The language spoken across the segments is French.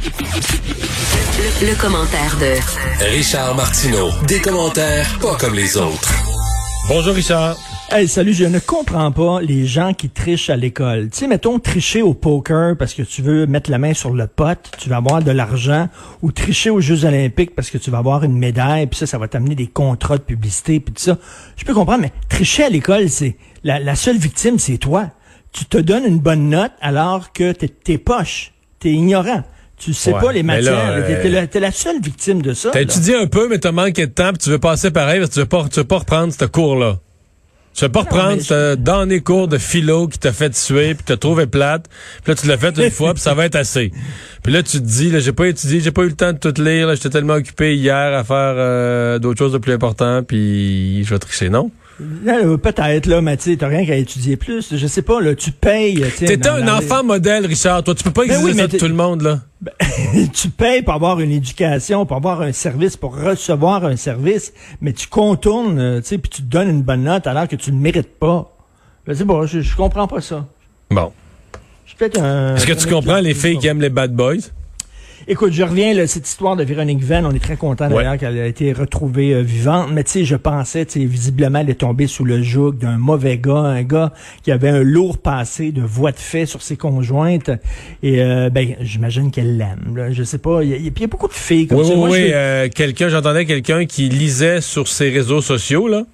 Le commentaire de Richard Martineau. Des commentaires pas comme les autres. Bonjour Richard. Hey, salut, je ne comprends pas les gens qui trichent à l'école. Tu sais, mettons, tricher au poker parce que tu veux mettre la main sur le pot, tu vas avoir de l'argent, ou tricher aux Jeux olympiques parce que tu vas avoir une médaille, puis ça va t'amener des contrats de publicité, puis tout ça. Je peux comprendre, mais tricher à l'école, c'est la seule victime, c'est toi. Tu te donnes une bonne note alors que t'es poche, t'es ignorant. Tu sais pas les matières. T'es la seule victime de ça. T'as étudié un peu, mais t'as manqué de temps, puis tu veux passer pareil, parce que tu veux pas reprendre ce cours-là. Tu veux pas reprendre ce dernier cours de philo qui t'a fait tuer, puis t'as trouvé plate, puis là tu l'as fait une fois, puis ça va être assez. Puis là tu te dis, là j'ai pas étudié, j'ai pas eu le temps de tout lire, là j'étais tellement occupé hier à faire d'autres choses de plus importantes, puis je vais tricher, non? Peut-être, là, mais tu sais, t'as rien qu'à étudier plus. Je sais pas, là, tu payes. T'étais un enfant modèle, Richard. Toi, tu peux pas exiger ça de tout le monde, là. Tu payes pour avoir une éducation, pour avoir un service, pour recevoir un service, mais tu contournes, tu sais, puis tu te donnes une bonne note alors que tu ne mérites pas. Je sais pas, je comprends pas ça. Bon. Est-ce que tu comprends les filles qui aiment les bad boys? Écoute, je reviens là, cette histoire de Véronique Venn, on est très content d'ailleurs qu'elle a été retrouvée vivante, mais tu sais, je pensais, tu sais, visiblement elle est tombée sous le joug d'un mauvais gars, un gars qui avait un lourd passé de voies de fait sur ses conjointes, et j'imagine qu'elle l'aime, là, je sais pas, il y a beaucoup de filles comme ça. J'entendais quelqu'un qui lisait sur ses réseaux sociaux, là,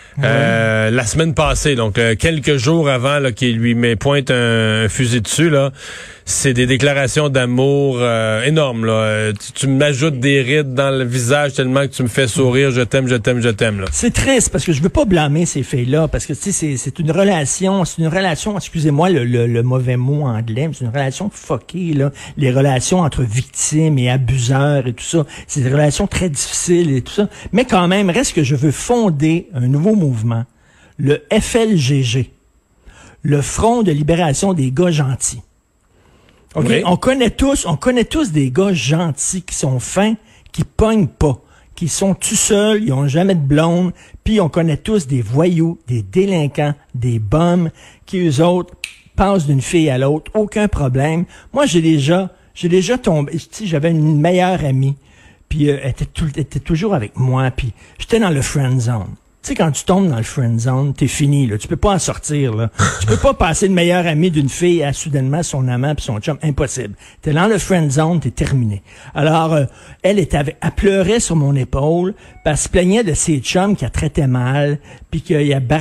la semaine passée, donc quelques jours avant là, qu'il lui pointe un fusil dessus, là, c'est des déclarations d'amour énormes. Là. Tu m'ajoutes des rides dans le visage tellement que tu me fais sourire, je t'aime, je t'aime, je t'aime. Là. C'est triste parce que je veux pas blâmer ces filles-là parce que tu sais c'est une relation, excusez-moi le mauvais mot anglais, mais c'est une relation fuckée là. Les relations entre victimes et abuseurs et tout ça, c'est des relations très difficiles et tout ça. Mais quand même, reste que je veux fonder un nouveau mouvement, le FLGG, le Front de libération des gars gentils. OK, oui. On connaît tous des gars gentils qui sont fins, qui pognent pas, qui sont tout seuls, ils ont jamais de blonde, puis on connaît tous des voyous, des délinquants, des bums, qui eux autres passent d'une fille à l'autre, aucun problème. Moi, j'ai déjà tombé, tu sais, j'avais une meilleure amie, puis elle était toujours avec moi, puis j'étais dans le friend zone. Tu sais, quand tu tombes dans le friend zone, t'es fini, là. Tu peux pas en sortir, là. Tu peux pas passer de meilleur ami d'une fille à soudainement son amant puis son chum. Impossible. T'es dans le friend zone, t'es terminé. Alors, elle pleurait sur mon épaule, puis elle se plaignait de ses chums qui la traitaient mal, puis qui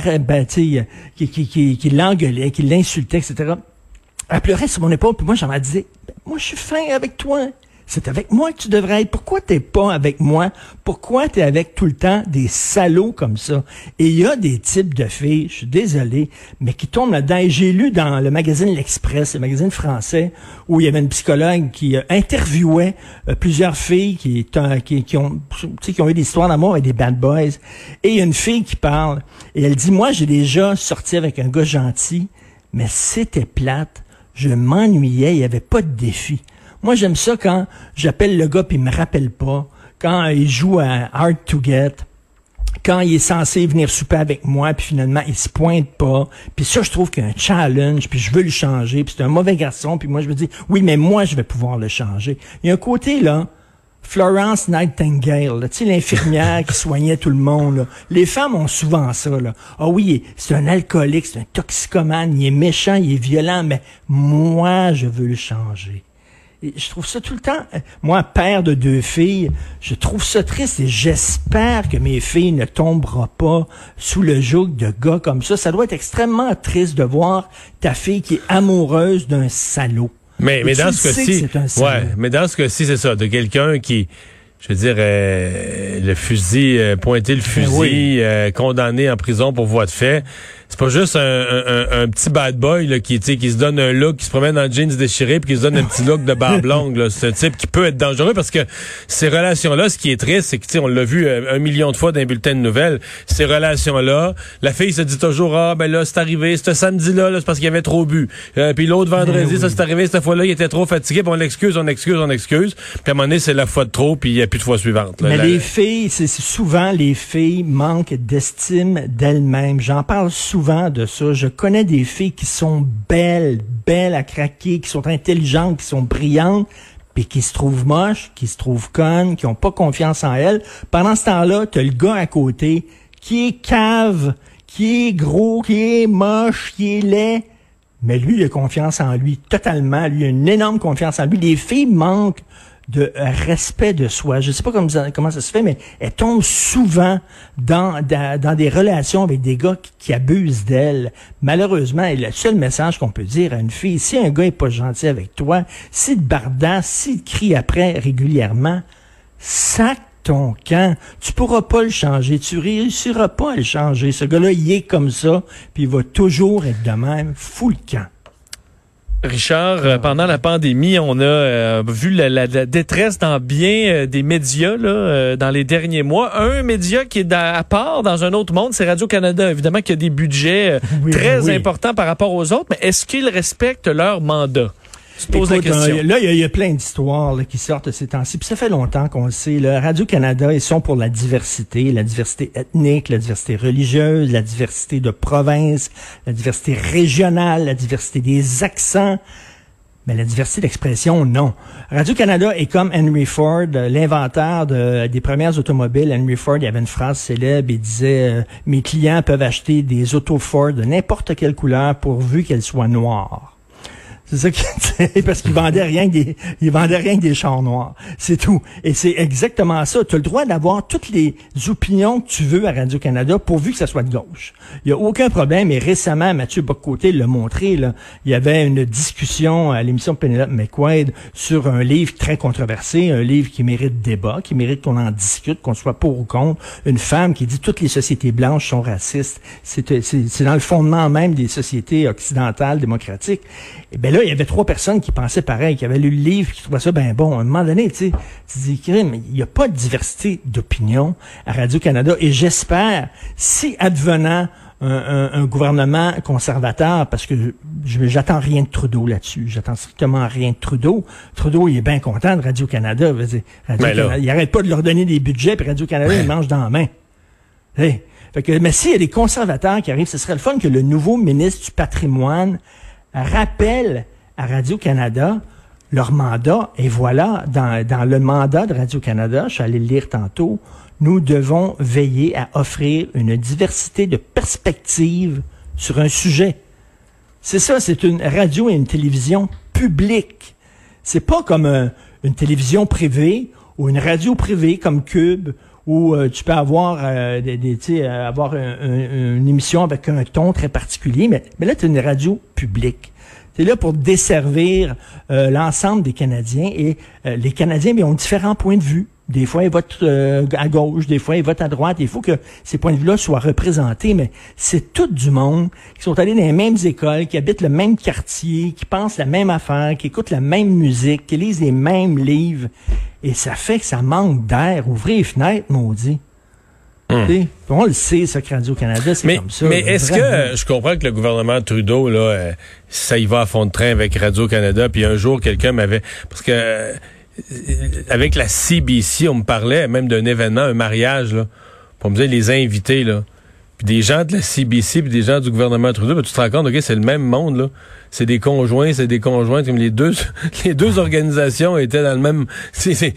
l'engueulait, qui l'insultait, etc. Elle pleurait sur mon épaule, puis moi, j'en disais, moi, je suis fin avec toi. C'est avec moi que tu devrais être. Pourquoi t'es pas avec moi? Pourquoi t'es avec tout le temps des salauds comme ça? Et il y a des types de filles, je suis désolé, mais qui tombent là-dedans. Et j'ai lu dans le magazine L'Express, le magazine français, où il y avait une psychologue qui interviewait plusieurs filles qui ont eu des histoires d'amour avec des bad boys. Et il y a une fille qui parle, et elle dit, moi, j'ai déjà sorti avec un gars gentil, mais c'était plate. Je m'ennuyais, il y avait pas de défi. Moi, j'aime ça quand j'appelle le gars puis il me rappelle pas, quand il joue à Hard to Get, quand il est censé venir souper avec moi puis finalement il se pointe pas. Puis ça, je trouve qu'il y a un challenge puis je veux le changer puis c'est un mauvais garçon puis moi je me dis oui, mais moi je vais pouvoir le changer. Il y a un côté là, Florence Nightingale, tu sais, l'infirmière qui soignait tout le monde, là. Les femmes ont souvent ça, là. Ah oui, c'est un alcoolique, c'est un toxicomane, il est méchant, il est violent, mais moi je veux le changer. Et je trouve ça tout le temps, moi, père de 2 filles, je trouve ça triste et j'espère que mes filles ne tomberont pas sous le joug de gars comme ça. Ça doit être extrêmement triste de voir ta fille qui est amoureuse d'un salaud. Mais dans ce cas-ci, mais dans ce cas-ci, c'est ça, de quelqu'un qui, je veux dire, le fusil, pointer le fusil, condamné en prison pour voie de fait. C'est pas juste un petit bad boy là, qui se donne un look, qui se promène en jeans déchirés puis qui se donne un petit look de barbe longue. Là. C'est un type qui peut être dangereux parce que ces relations-là, ce qui est triste, c'est que on l'a vu 1 million de fois dans les bulletins de nouvelles, ces relations-là, la fille se dit toujours ben là, c'est arrivé, ce samedi-là, là, c'est parce qu'il avait trop bu. Puis l'autre vendredi, ça c'est arrivé, cette fois-là, il était trop fatigué, puis on l'excuse. Puis à un moment donné, c'est la fois de trop, puis il n'y a plus de fois suivante. Là, mais les filles, c'est souvent les filles manquent d'estime d'elles-mêmes. J'en parle souvent de ça. Je connais des filles qui sont belles à craquer, qui sont intelligentes, qui sont brillantes, puis qui se trouvent moches, qui se trouvent connes, qui ont pas confiance en elles. Pendant ce temps-là, t'as le gars à côté qui est cave, qui est gros, qui est moche, qui est laid. Mais lui, il a confiance en lui totalement. Lui, il a une énorme confiance en lui. Les filles manquent de respect de soi. Je sais pas comment ça se fait, mais elles tombent souvent dans des relations avec des gars qui abusent d'elles. Malheureusement, et le seul message qu'on peut dire à une fille, si un gars est pas gentil avec toi, s'il te bardasse, s'il te crie après régulièrement, sac ton camp. Tu pourras pas le changer. Tu réussiras pas à le changer. Ce gars-là, il est comme ça, puis il va toujours être de même. Fous le camp. Richard, pendant la pandémie, on a vu la détresse dans bien des médias là, dans les derniers mois. Un média qui est à part dans un autre monde, c'est Radio-Canada. Évidemment qu'il y a des budgets très importants par rapport aux autres, mais est-ce qu'ils respectent leur mandat? Je pose la question. Là, il y a plein d'histoires qui sortent ces temps-ci. Puis ça fait longtemps qu'on le sait. Là, Radio-Canada, ils sont pour la diversité ethnique, la diversité religieuse, la diversité de province, la diversité régionale, la diversité des accents. Mais la diversité d'expression, non. Radio-Canada est comme Henry Ford, l'inventeur des premières automobiles. Henry Ford, il y avait une phrase célèbre, il disait « Mes clients peuvent acheter des autos Ford de n'importe quelle couleur pourvu qu'elles soient noires. » C'est ça qu'il parce qu'il vendait rien que des chars noirs. C'est tout. Et c'est exactement ça. Tu as le droit d'avoir toutes les opinions que tu veux à Radio-Canada pourvu que ça soit de gauche. Il y a aucun problème. Et récemment, Mathieu Bock-Côté l'a montré, là. Il y avait une discussion à l'émission de Penelope McQuaid sur un livre très controversé, un livre qui mérite débat, qui mérite qu'on en discute, qu'on soit pour ou contre. Une femme qui dit toutes les sociétés blanches sont racistes. C'est dans le fondement même des sociétés occidentales démocratiques. Et ben là, il y avait 3 personnes qui pensaient pareil, qui avaient lu le livre, qui trouvaient ça ben bon. À un moment donné, tu dis, mais il n'y a pas de diversité d'opinion à Radio-Canada. Et j'espère, si advenant un gouvernement conservateur, parce que j'attends rien de Trudeau là-dessus. J'attends strictement rien de Trudeau. Trudeau, il est bien content de Radio-Canada. Radio-Canada, il arrête pas de leur donner des budgets, puis Radio-Canada, il mange dans la main. Hey. Fait que, mais s'il y a des conservateurs qui arrivent, ce serait le fun que le nouveau ministre du patrimoine rappelle à Radio-Canada leur mandat. Et voilà, dans le mandat de Radio-Canada, je suis allé le lire tantôt, nous devons veiller à offrir une diversité de perspectives sur un sujet. C'est ça, c'est une radio et une télévision publique. C'est pas comme une télévision privée ou une radio privée comme Cube où tu peux avoir avoir une émission avec un ton très particulier, mais là, tu as une radio publique. C'est là pour desservir l'ensemble des Canadiens. Et les Canadiens ont différents points de vue. Des fois, ils votent à gauche, des fois, ils votent à droite. Il faut que ces points de vue-là soient représentés, mais c'est tout du monde qui sont allés dans les mêmes écoles, qui habitent le même quartier, qui pensent la même affaire, qui écoutent la même musique, qui lisent les mêmes livres. Et ça fait que ça manque d'air. Ouvrez les fenêtres, maudit. On le sait, ça, que Radio-Canada, c'est comme ça. Mais est-ce que, je comprends que le gouvernement Trudeau, là, ça y va à fond de train avec Radio-Canada, puis un jour, quelqu'un m'avait... Parce que avec la CBC, on me parlait même d'un événement, un mariage, là, pour me dire les invités, là. Puis des gens de la CBC, puis des gens du gouvernement Trudeau, ben, tu te rends compte, OK, c'est le même monde, là. C'est des conjoints, comme les deux organisations étaient dans le même... C'est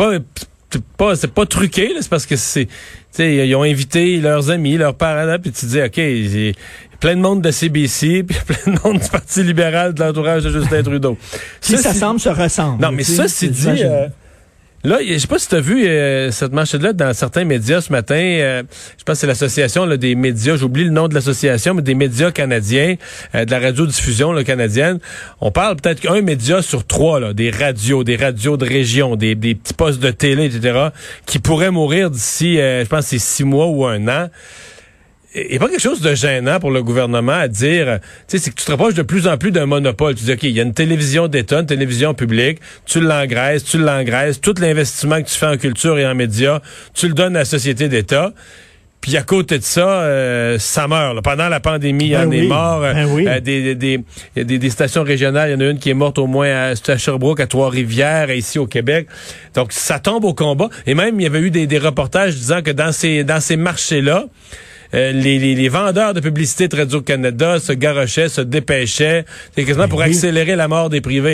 pas truqué, là, c'est parce que c'est... T'sais, ils ont invité leurs amis, leurs parents, là, puis tu te dis, OK, il y a plein de monde de CBC, puis plein de monde du Parti libéral, de l'entourage de Justin Trudeau. Si ça semble, se ressemble. Non, mais ça, c'est dit... là, je sais pas si tu as vu cette manchette-là dans certains médias ce matin. Je pense que c'est l'association là, des médias, j'oublie le nom de l'association, mais des médias canadiens, de la radiodiffusion là, canadienne. On parle peut-être qu'un média sur 3, là, des radios de région, des petits postes de télé, etc., qui pourraient mourir d'ici, je pense, c'est 6 mois ou 1 an. Il n'y a pas quelque chose de gênant pour le gouvernement à dire, tu sais, c'est que tu te rapproches de plus en plus d'un monopole. Tu dis, OK, il y a une télévision d'État, une télévision publique, tu l'engraisses, tout l'investissement que tu fais en culture et en médias, tu le donnes à la société d'État. Puis à côté de ça, ça meurt. Là. Pendant la pandémie, il y en est mort. Il y a des stations régionales, il y en a une qui est morte au moins à Sherbrooke, à Trois-Rivières, et ici au Québec. Donc ça tombe au combat. Et même, il y avait eu des reportages disant que dans ces marchés-là, les vendeurs de publicité de Radio-Canada se garochaient, se dépêchaient. C'est quasiment pour accélérer la mort des privés, là.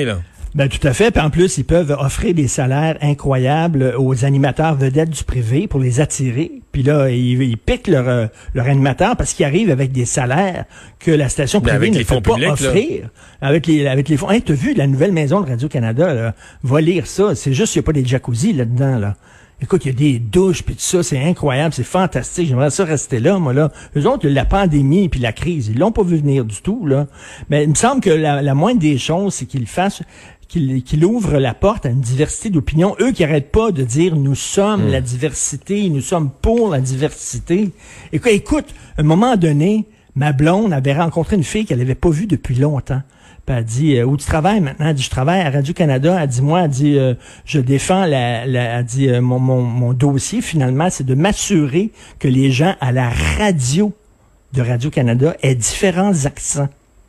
Ben tout à fait. Puis en plus, ils peuvent offrir des salaires incroyables aux animateurs vedettes du privé pour les attirer. Puis là, ils piquent leur animateur parce qu'ils arrivent avec des salaires que la station privée ne peut pas offrir. Là. Avec les fonds. Hey, t'as vu la nouvelle maison de Radio-Canada, là? Va lire ça. C'est juste qu'il n'y a pas des jacuzzi là-dedans, là. Écoute, il y a des douches puis tout ça, c'est incroyable, c'est fantastique. J'aimerais ça rester là, moi, là. Eux autres, la pandémie puis la crise, ils l'ont pas vu venir du tout, là. Mais il me semble que la moindre des choses, c'est qu'il ouvre la porte à une diversité d'opinions. Eux qui arrêtent pas de dire nous sommes la diversité, nous sommes pour la diversité. Écoute, à un moment donné, ma blonde avait rencontré une fille qu'elle avait pas vue depuis longtemps. Puis elle dit où tu travailles maintenant? Elle dit je travaille à Radio-Canada. Elle dit moi, elle dit je défends elle dit mon dossier finalement, c'est de m'assurer que les gens à la radio de Radio-Canada aient différents accents.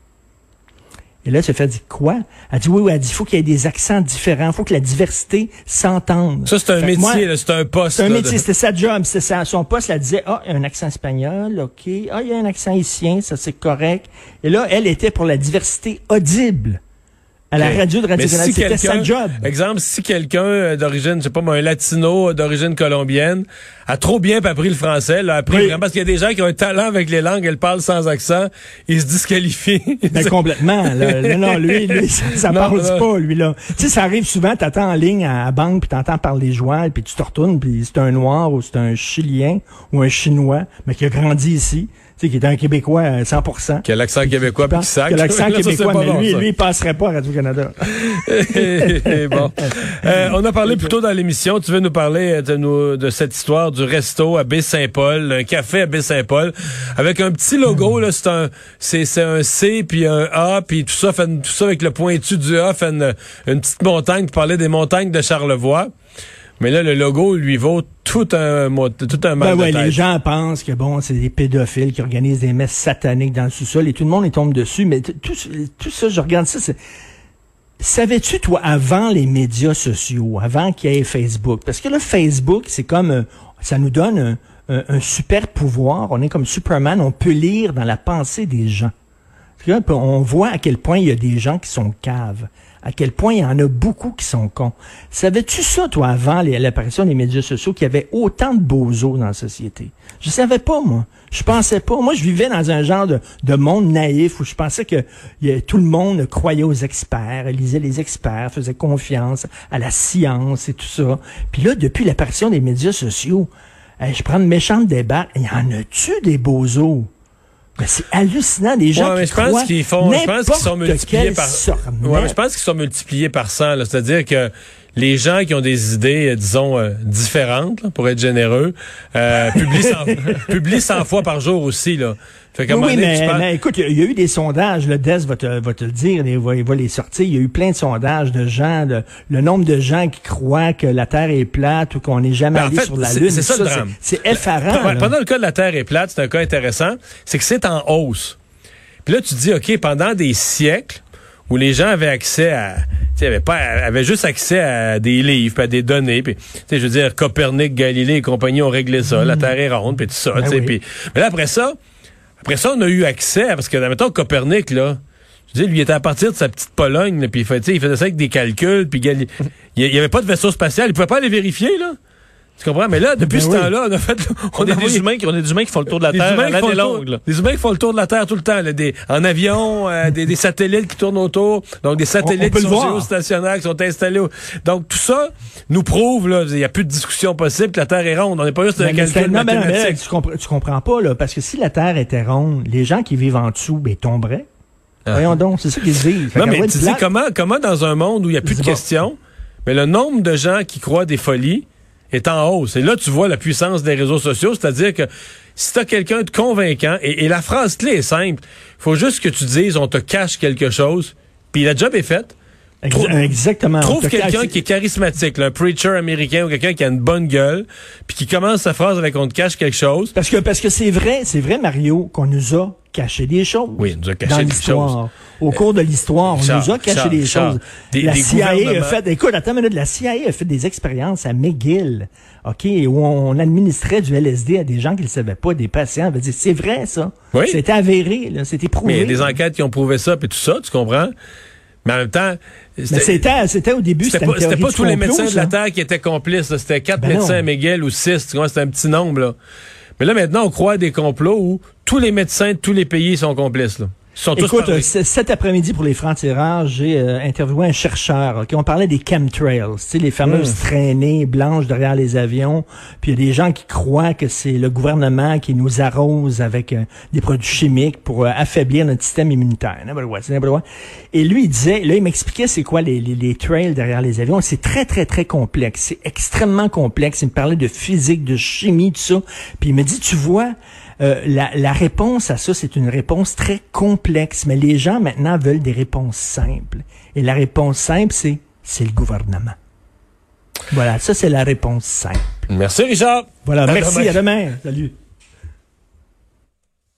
Et là, ça fait dire quoi? Elle dit oui, elle dit faut qu'il y ait des accents différents, faut que la diversité s'entende. Ça, c'est un métier, là, c'est un poste. C'est un métier, c'était sa job, c'était son poste, elle disait, il y a un accent espagnol, OK. Il y a un accent haïtien, ça c'est correct. Et là, elle était pour la diversité audible. À la radio de Radio-Canada, si c'était sa job. Exemple, si quelqu'un d'origine, je sais pas moi, un latino d'origine colombienne, a trop bien appris le français, là, appris vraiment, parce qu'il y a des gens qui ont un talent avec les langues, elles parlent sans accent, ils se disqualifient. Ben, complètement, là. Non, lui, ça parle pas, lui, là. Tu sais, ça arrive souvent, t'attends en ligne à la banque, puis t'entends parler joual, puis tu te retournes, puis c'est un Noir, ou c'est un Chilien, ou un Chinois, mais qui a grandi ici. Tu sais, qui est un Québécois à 100%. Qui a l'accent québécois, puis qui sac. Qui a l'accent québécois, mais lui, il passerait pas à Radio-Canada. Bon. On a parlé plus tôt dans l'émission, tu veux nous parler de cette histoire du resto à Baie-Saint-Paul, un café à Baie-Saint-Paul, avec un petit logo, là, c'est un C, puis un A, puis tout ça avec le pointu du A, fait une petite montagne, pour parler des montagnes de Charlevoix. Mais là, le logo lui vaut tout un mal de tête. Les gens pensent que c'est des pédophiles qui organisent des messes sataniques dans le sous-sol et tout le monde y tombe dessus. Mais tout ça, je regarde ça, savais-tu, toi, avant les médias sociaux, avant qu'il y ait Facebook? Parce que là, Facebook, c'est comme, ça nous donne un super pouvoir. On est comme Superman, on peut lire dans la pensée des gens. On voit à quel point il y a des gens qui sont caves. À quel point il y en a beaucoup qui sont cons. Savais-tu ça, toi, avant l'apparition des médias sociaux, qu'il y avait autant de bozos dans la société? Je savais pas, moi. Je pensais pas. Moi, je vivais dans un genre de monde naïf où je pensais que tout le monde croyait aux experts, lisait les experts, faisait confiance à la science et tout ça. Puis là, depuis l'apparition des médias sociaux, je prends une méchante débat. Y en a-tu des bozos? Ben, c'est hallucinant, les gens qui croient je pense qu'ils sont multipliés par... Ouais, mais je pense qu'ils sont multipliés par 100, là. C'est-à-dire que les gens qui ont des idées, disons, différentes, là, pour être généreux, publient 100 fois par jour aussi, là. Fait qu'à mais écoute, il y a eu des sondages, le DES va te le dire, il va les sortir, il y a eu plein de sondages de gens, le nombre de gens qui croient que la Terre est plate ou qu'on n'est jamais allé sur la Lune. C'est ça le drame. C'est effarant. Pendant le cas de la Terre est plate, c'est un cas intéressant, c'est que c'est en hausse. Puis là, tu te dis, OK, pendant des siècles, où les gens avaient accès avaient juste accès à des livres, puis à des données, puis je veux dire, Copernic, Galilée et compagnie ont réglé ça, la Terre est ronde, puis tout ça, mais là, après ça, on a eu accès, parce que, admettons, Copernic, là, je veux dire, lui, il était à partir de sa petite Pologne, puis il faisait ça avec des calculs, puis il y avait pas de vaisseau spatial, il pouvait pas les vérifier, là. Tu comprends? Mais là, depuis ce temps-là, on a des humains qui font le tour de la Terre à l'année longue. Des humains qui font le tour de la Terre tout le temps, là, en avion, des satellites qui tournent autour, donc des satellites qui sont géostationnaires, qui sont installés. Donc tout ça nous prouve, là, il n'y a plus de discussion possible, que la Terre est ronde. On n'est pas juste un calcul mathématique. Tu comprends pas, là, parce que si la Terre était ronde, les gens qui vivent en dessous, tomberaient. Voyons donc, c'est ça qu'ils se disent. Non, mais tu dis comment dans un monde où il n'y a plus de questions, mais le nombre de gens qui croient des folies est en hausse. Et là, tu vois la puissance des réseaux sociaux, c'est-à-dire que si t'as quelqu'un de convaincant, et la phrase clé est simple, il faut juste que tu dises on te cache quelque chose, puis la job est faite. Exactement. Trouve quelqu'un qui est charismatique, là, un preacher américain ou quelqu'un qui a une bonne gueule, puis qui commence sa phrase avec on te cache quelque chose. Parce que c'est vrai, Mario, qu'on nous a caché des choses. Oui, on nous a caché des choses. Au cours de l'histoire, on nous a caché des choses. La CIA a fait, écoute, attends une minute, la CIA a fait des expériences à McGill, OK, où on administrait du LSD à des gens qui ne le savaient pas, des patients. C'est vrai, ça. Oui. C'était avéré, là, c'était prouvé. Mais il y a des enquêtes qui ont prouvé ça, puis tout ça, tu comprends? Mais en même temps, c'était au début, c'était pas tous les médecins de la Terre qui étaient complices. Là. C'était 4 médecins à McGill ou 6. Tu vois, c'était un petit nombre. Là. Mais là, maintenant, on croit à des complots où tous les médecins de tous les pays sont complices. Là. Écoute, cet après-midi, pour les francs-tireurs, j'ai interviewé un chercheur. Okay? On parlait des chemtrails, tu sais, les fameuses traînées blanches derrière les avions. Puis il y a des gens qui croient que c'est le gouvernement qui nous arrose avec des produits chimiques pour affaiblir notre système immunitaire. Et lui, il disait, là, il m'expliquait c'est quoi les trails derrière les avions. C'est très, très, très complexe. C'est extrêmement complexe. Il me parlait de physique, de chimie, tout ça. Puis il me dit, tu vois, la réponse à ça, c'est une réponse très complexe, mais les gens maintenant veulent des réponses simples. Et la réponse simple, c'est le gouvernement. Voilà, ça c'est la réponse simple. Merci Richard. Voilà, merci, à demain. Salut.